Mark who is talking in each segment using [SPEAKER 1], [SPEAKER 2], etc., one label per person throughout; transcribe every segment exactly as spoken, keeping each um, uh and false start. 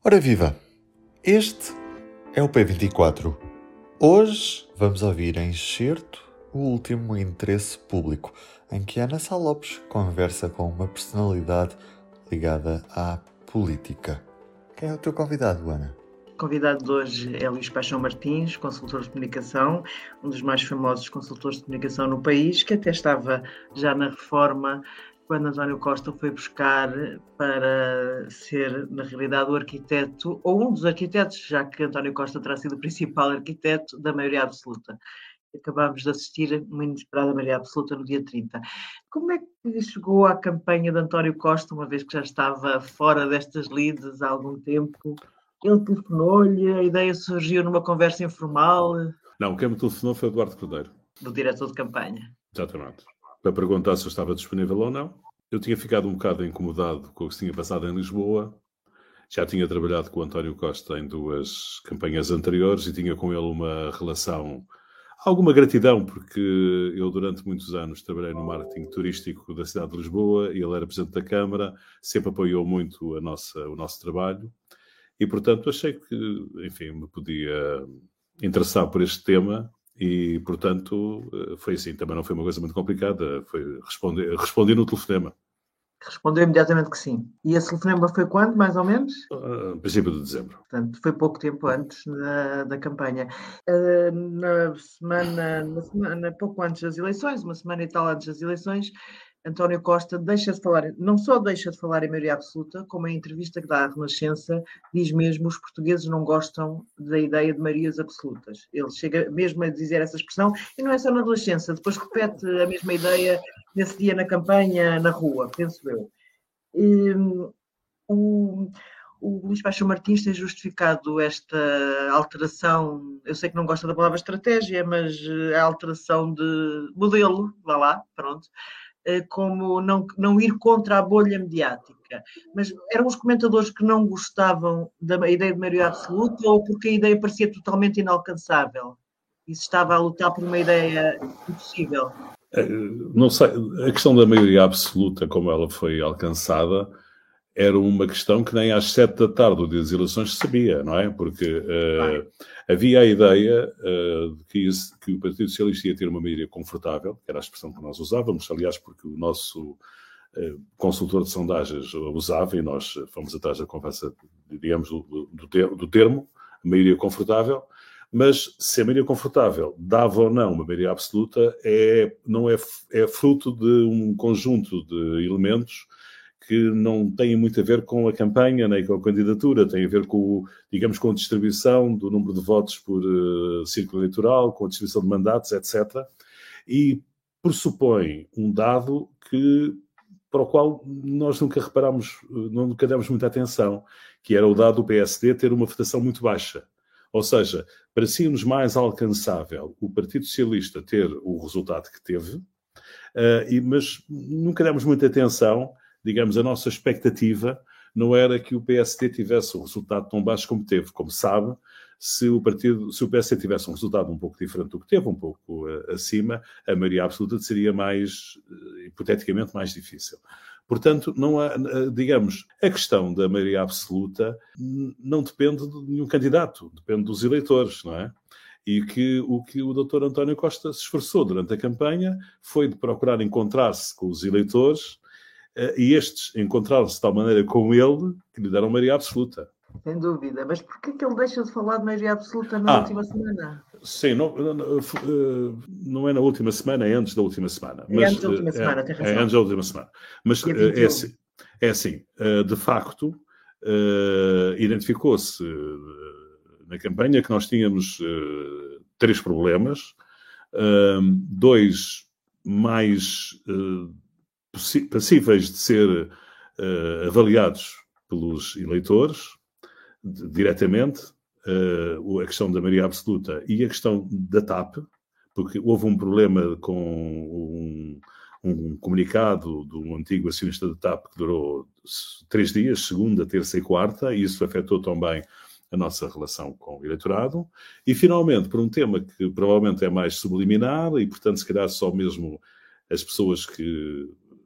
[SPEAKER 1] Ora viva! Este é o P vinte e quatro. Hoje vamos ouvir em excerto o último interesse público, em que Ana Sá Lopes conversa com uma personalidade ligada à política. Quem é o teu convidado, Ana?
[SPEAKER 2] O convidado de hoje é Luís Paixão Martins, consultor de comunicação, um dos mais famosos consultores de comunicação no país, que até estava já na reforma quando António Costa foi buscar para ser, na realidade, o arquiteto, ou um dos arquitetos, já que António Costa terá sido o principal arquiteto da maioria absoluta. Acabámos de assistir a uma inesperada maioria absoluta no dia trinta. Como é que chegou à campanha de António Costa, uma vez que já estava fora destas lides há algum tempo? Ele telefonou-lhe, a ideia surgiu numa conversa informal?
[SPEAKER 3] Não, quem me telefonou foi o Eduardo Cordeiro.
[SPEAKER 2] Do diretor de campanha.
[SPEAKER 3] Exatamente. Para perguntar se eu estava disponível ou não. Eu tinha ficado um bocado incomodado com o que se tinha passado em Lisboa. Já tinha trabalhado com o António Costa em duas campanhas anteriores e tinha com ele uma relação, alguma gratidão, porque eu durante muitos anos trabalhei no marketing turístico da cidade de Lisboa e ele era presidente da Câmara, sempre apoiou muito a nossa, o nosso trabalho e, portanto, achei que, enfim, me podia interessar por este tema. E, portanto, foi assim. Também não foi uma coisa muito complicada. Foi responder, respondi no telefonema.
[SPEAKER 2] Respondeu imediatamente que sim. E esse telefonema foi quando, mais ou menos?
[SPEAKER 3] Uh, princípio de dezembro.
[SPEAKER 2] Portanto, foi pouco tempo antes da, da campanha. Uh, na semana, na semana, pouco antes das eleições, uma semana e tal antes das eleições, António Costa deixa de falar, não só deixa de falar em maioria absoluta, como em entrevista que dá à Renascença, diz mesmo que os portugueses não gostam da ideia de maiorias absolutas. Ele chega mesmo a dizer essa expressão, e não é só na Renascença, depois repete a mesma ideia nesse dia na campanha, na rua, penso eu. E, o, o Luís Paixão Martins tem justificado esta alteração, eu sei que não gosta da palavra estratégia, mas a alteração de modelo, vá lá, pronto, como não, não ir contra a bolha mediática. Mas eram os comentadores que não gostavam da ideia de maioria absoluta ou porque a ideia parecia totalmente inalcançável? E se estava a lutar por uma ideia impossível?
[SPEAKER 3] Não sei, a questão da maioria absoluta, como ela foi alcançada, era uma questão que nem às sete da tarde do dia das eleições se sabia, não é? Porque uh, havia a ideia uh, de que, isso, que o Partido Socialista ia ter uma maioria confortável, que era a expressão que nós usávamos, aliás, porque o nosso uh, consultor de sondagens usava, e nós fomos atrás da conversa, digamos, do, do, ter, do termo, maioria confortável, mas se a maioria confortável dava ou não uma maioria absoluta, é, não é, é fruto de um conjunto de elementos que não têm muito a ver com a campanha nem com a candidatura, tem a ver com, digamos, com a distribuição do número de votos por uh, círculo eleitoral, com a distribuição de mandatos, etcétera. E pressupõe um dado que, para o qual nós nunca reparámos, nunca demos muita atenção, que era o dado do P S D ter uma votação muito baixa. Ou seja, parecia-nos mais alcançável o Partido Socialista ter o resultado que teve, uh, e, mas nunca demos muita atenção. Digamos, a nossa expectativa não era que o P S D tivesse um resultado tão baixo como teve. Como sabe, se o, partido, se o P S D tivesse um resultado um pouco diferente do que teve, um pouco uh, acima, a maioria absoluta seria mais, uh, hipoteticamente, mais difícil. Portanto, não há, uh, digamos, a questão da maioria absoluta não depende de nenhum candidato, depende dos eleitores, não é? E que o que o doutor António Costa se esforçou durante a campanha foi de procurar encontrar-se com os eleitores, Uh, e estes encontraram-se de tal maneira com ele que lhe deram maioria absoluta.
[SPEAKER 2] Sem dúvida. Mas porquê que ele deixa de falar de maioria absoluta na
[SPEAKER 3] ah,
[SPEAKER 2] última semana?
[SPEAKER 3] Sim, não, não, não é na última semana, é antes da última semana.
[SPEAKER 2] É
[SPEAKER 3] Mas,
[SPEAKER 2] antes da última semana,
[SPEAKER 3] é,
[SPEAKER 2] tem razão.
[SPEAKER 3] É antes da última semana. Mas é assim, é assim, de facto, uh, identificou-se na campanha que nós tínhamos uh, três problemas, uh, dois mais... Uh, passíveis de ser uh, avaliados pelos eleitores de, diretamente, uh, a questão da maioria absoluta e a questão da T A P, porque houve um problema com um, um comunicado de um antigo acionista da T A P que durou três dias, segunda, terça e quarta, e isso afetou também a nossa relação com o eleitorado. E, finalmente, por um tema que provavelmente é mais subliminar e, portanto, se calhar só mesmo as pessoas que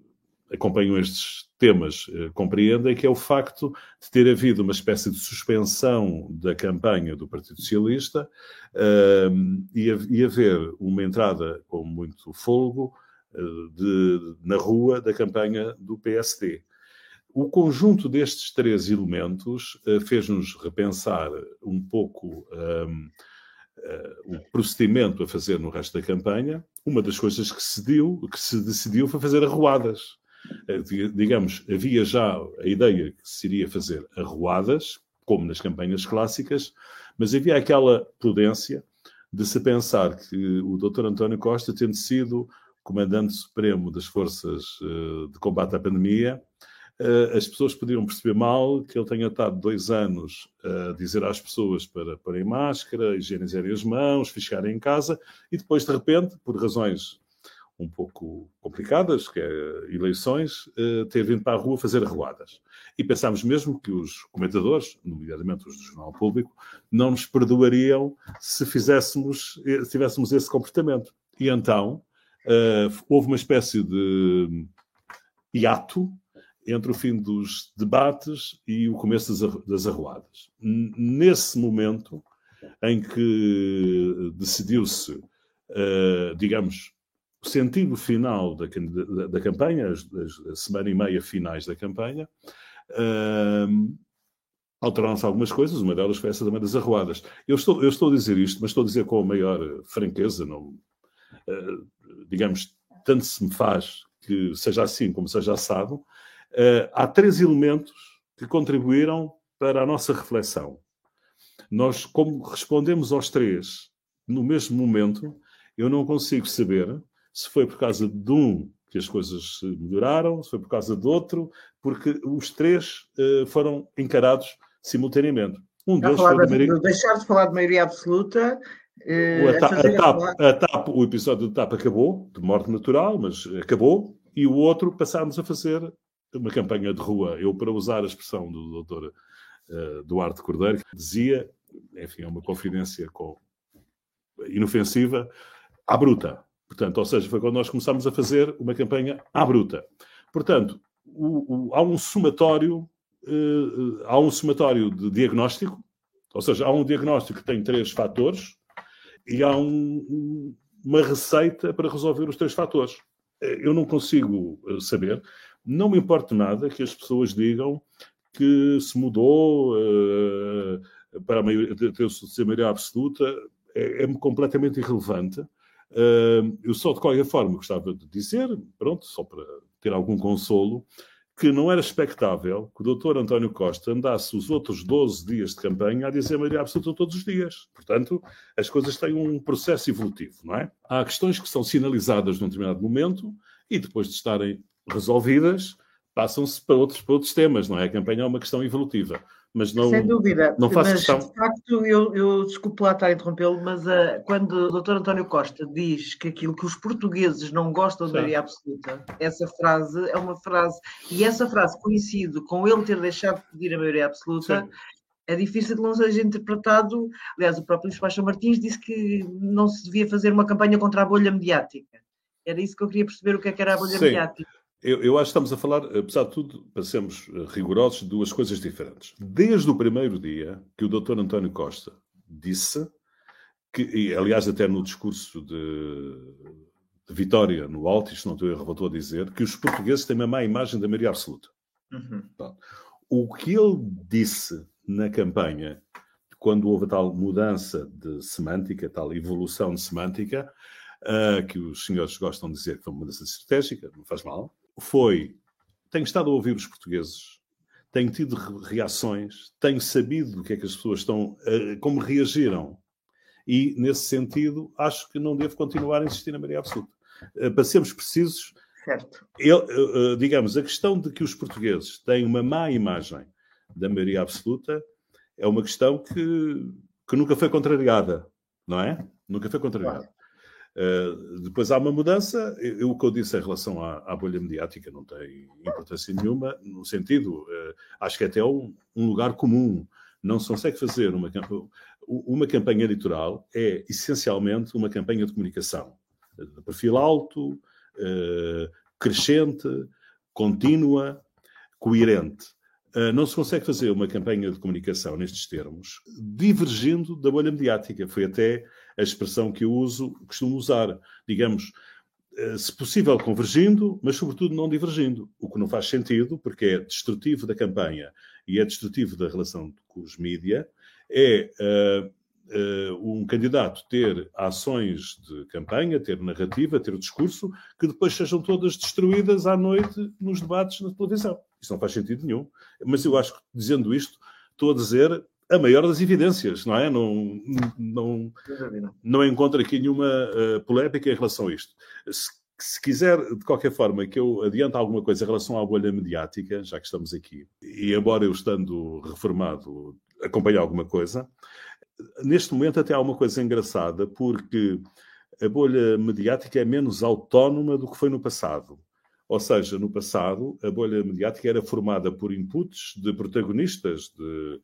[SPEAKER 3] acompanham estes temas uh, compreendem, que é o facto de ter havido uma espécie de suspensão da campanha do Partido Socialista uh, e, e haver uma entrada com muito folgo uh, de, na rua da campanha do P S D. O conjunto destes três elementos uh, fez-nos repensar um pouco um, uh, o procedimento a fazer no resto da campanha. Uma das coisas que se, deu, que se decidiu foi fazer arruadas. Uh, digamos, havia já a ideia que se iria fazer arruadas, como nas campanhas clássicas, mas havia aquela prudência de se pensar que o doutor António Costa, tendo sido comandante supremo das forças uh, de combate à pandemia, Uh, as pessoas podiam perceber mal que ele tenha estado dois anos a dizer às pessoas para porem máscara, higienizarem as mãos, ficarem em casa, e depois, de repente, por razões um pouco complicadas, que é eleições, uh, ter vindo para a rua fazer arruadas. E pensámos mesmo que os comentadores, nomeadamente os do Jornal Público, não nos perdoariam se fizéssemos, se tivéssemos esse comportamento. E então, uh, houve uma espécie de hiato entre o fim dos debates e o começo das arruadas. Nesse momento em que decidiu-se, uh, digamos, o sentido final da, da, da campanha, as, as semana e meia finais da campanha, uh, alteraram-se algumas coisas, uma delas foi essa também das arruadas. Eu estou, eu estou a dizer isto, mas estou a dizer com a maior franqueza, não, uh, digamos, tanto se me faz que seja assim como seja assado. Uh, há três elementos que contribuíram para a nossa reflexão. Nós, como respondemos aos três no mesmo momento, eu não consigo saber se foi por causa de um que as coisas melhoraram, se foi por causa de outro, porque os três uh, foram encarados simultaneamente. Um deles foi
[SPEAKER 2] de maioria... Deixar de falar de maioria absoluta...
[SPEAKER 3] Uh, a, ta a, TAP, a TAP, o episódio do TAP acabou, de morte natural, mas acabou, e o outro passámos a fazer uma campanha de rua, eu para usar a expressão do doutor uh, Duarte Cordeiro, que dizia, enfim, é uma confidência com, inofensiva, à bruta. Portanto, ou seja, foi quando nós começámos a fazer uma campanha à bruta. Portanto, o, o, há um somatório, uh, há um somatório de diagnóstico, ou seja, há um diagnóstico que tem três fatores e há um, um, uma receita para resolver os três fatores. Eu não consigo saber. Não me importa nada que as pessoas digam que se mudou uh, para a maioria, ter a maioria absoluta, é, é completamente irrelevante. Uh, eu só, de qualquer forma, gostava de dizer, pronto, só para ter algum consolo, que não era expectável que o doutor António Costa andasse os outros doze dias de campanha a dizer a maioria absoluta todos os dias. Portanto, as coisas têm um processo evolutivo, não é? Há questões que são sinalizadas num determinado momento e depois de estarem resolvidas, passam-se para outros, para outros temas, não é? A campanha é uma questão evolutiva. Mas não,
[SPEAKER 2] sem dúvida.
[SPEAKER 3] Não faço
[SPEAKER 2] mas,
[SPEAKER 3] questão.
[SPEAKER 2] De facto, eu, eu desculpo lá estar a interrompê-lo, mas uh, quando o doutor António Costa diz que aquilo que os portugueses não gostam de maioria absoluta, essa frase é uma frase, e essa frase coincide com ele ter deixado de pedir a maioria absoluta. Sim. É difícil de não seja interpretado. Aliás, o próprio Sebastião Martins disse que não se devia fazer uma campanha contra a bolha mediática. Era isso que eu queria perceber, o que é que era a bolha
[SPEAKER 3] Sim.
[SPEAKER 2] mediática.
[SPEAKER 3] Eu, eu acho que estamos a falar, apesar de tudo, para sermos rigorosos, de duas coisas diferentes. Desde o primeiro dia que o doutor António Costa disse, que, e aliás até no discurso de, de Vitória, no Alto, isto não estou erro, voltou a dizer, que os portugueses têm uma má imagem da maioria absoluta. Uhum. Bom, o que ele disse na campanha, quando houve a tal mudança de semântica, tal evolução de semântica, uh, que os senhores gostam de dizer que foi uma mudança estratégica, não faz mal, foi, tenho estado a ouvir os portugueses, tenho tido reações, tenho sabido do que é que as pessoas estão, uh, como reagiram. E, nesse sentido, acho que não devo continuar a insistir na maioria absoluta. Uh, para sermos precisos,
[SPEAKER 2] certo.
[SPEAKER 3] Eu, uh, uh, digamos, a questão de que os portugueses têm uma má imagem da maioria absoluta é uma questão que, que nunca foi contrariada, não é? Nunca foi contrariada. Claro. Uh, depois há uma mudança. Eu, o que eu disse em relação à, à bolha mediática não tem importância nenhuma, no sentido, uh, acho que é até um, um lugar comum. Não se consegue fazer uma, uma campanha eleitoral, é essencialmente uma campanha de comunicação. De perfil alto, uh, crescente, contínua, coerente. Uh, não se consegue fazer uma campanha de comunicação nestes termos divergindo da bolha mediática. Foi até a expressão que eu uso, costumo usar. Digamos, uh, se possível convergindo, mas sobretudo não divergindo. O que não faz sentido, porque é destrutivo da campanha e é destrutivo da relação com os mídia, é uh, uh, um candidato ter ações de campanha, ter narrativa, ter o discurso, que depois sejam todas destruídas à noite nos debates na televisão. Isso não faz sentido nenhum. Mas eu acho que, dizendo isto, estou a dizer a maior das evidências, não é? Não, não, não encontro aqui nenhuma uh, polémica em relação a isto. Se, se quiser, de qualquer forma, que eu adiante alguma coisa em relação à bolha mediática, já que estamos aqui, e embora eu estando reformado, acompanhe alguma coisa, neste momento até há uma coisa engraçada, porque a bolha mediática é menos autónoma do que foi no passado. Ou seja, no passado, a bolha mediática era formada por inputs de protagonistas, de,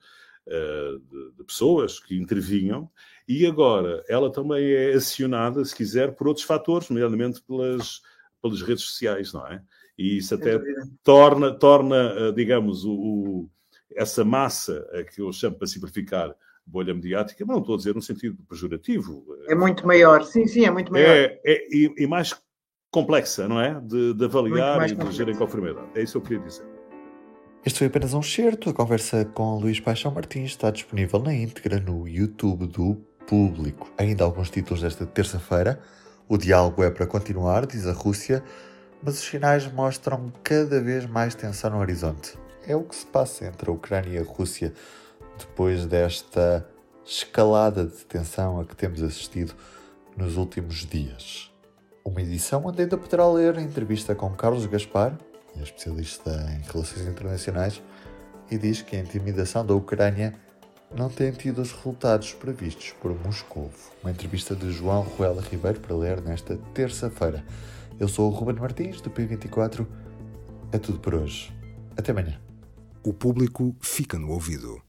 [SPEAKER 3] de, de pessoas que intervinham, e agora ela também é acionada, se quiser, por outros fatores, nomeadamente pelas, pelas redes sociais, não é? E isso até torna, torna digamos, o, o, essa massa, a que eu chamo para simplificar, bolha mediática, mas não estou a dizer no sentido pejorativo.
[SPEAKER 2] É muito maior, sim, sim, é muito maior.
[SPEAKER 3] É, é, e, e mais complexa, não é? De, de avaliar e de gerir conformidade. É isso que eu queria dizer.
[SPEAKER 1] Este foi apenas um excerto. A conversa com Luís Paixão Martins está disponível na íntegra no YouTube do Público. Ainda alguns títulos desta terça-feira. O diálogo é para continuar, diz a Rússia, mas os sinais mostram cada vez mais tensão no horizonte. É o que se passa entre a Ucrânia e a Rússia depois desta escalada de tensão a que temos assistido nos últimos dias. Uma edição onde ainda poderá ler a entrevista com Carlos Gaspar, especialista em relações internacionais, e diz que a intimidação da Ucrânia não tem tido os resultados previstos por Moscovo. Uma entrevista de João Ruela Ribeiro para ler nesta terça-feira. Eu sou o Ruben Martins, do P vinte e quatro. É tudo por hoje. Até amanhã.
[SPEAKER 4] O Público fica no ouvido.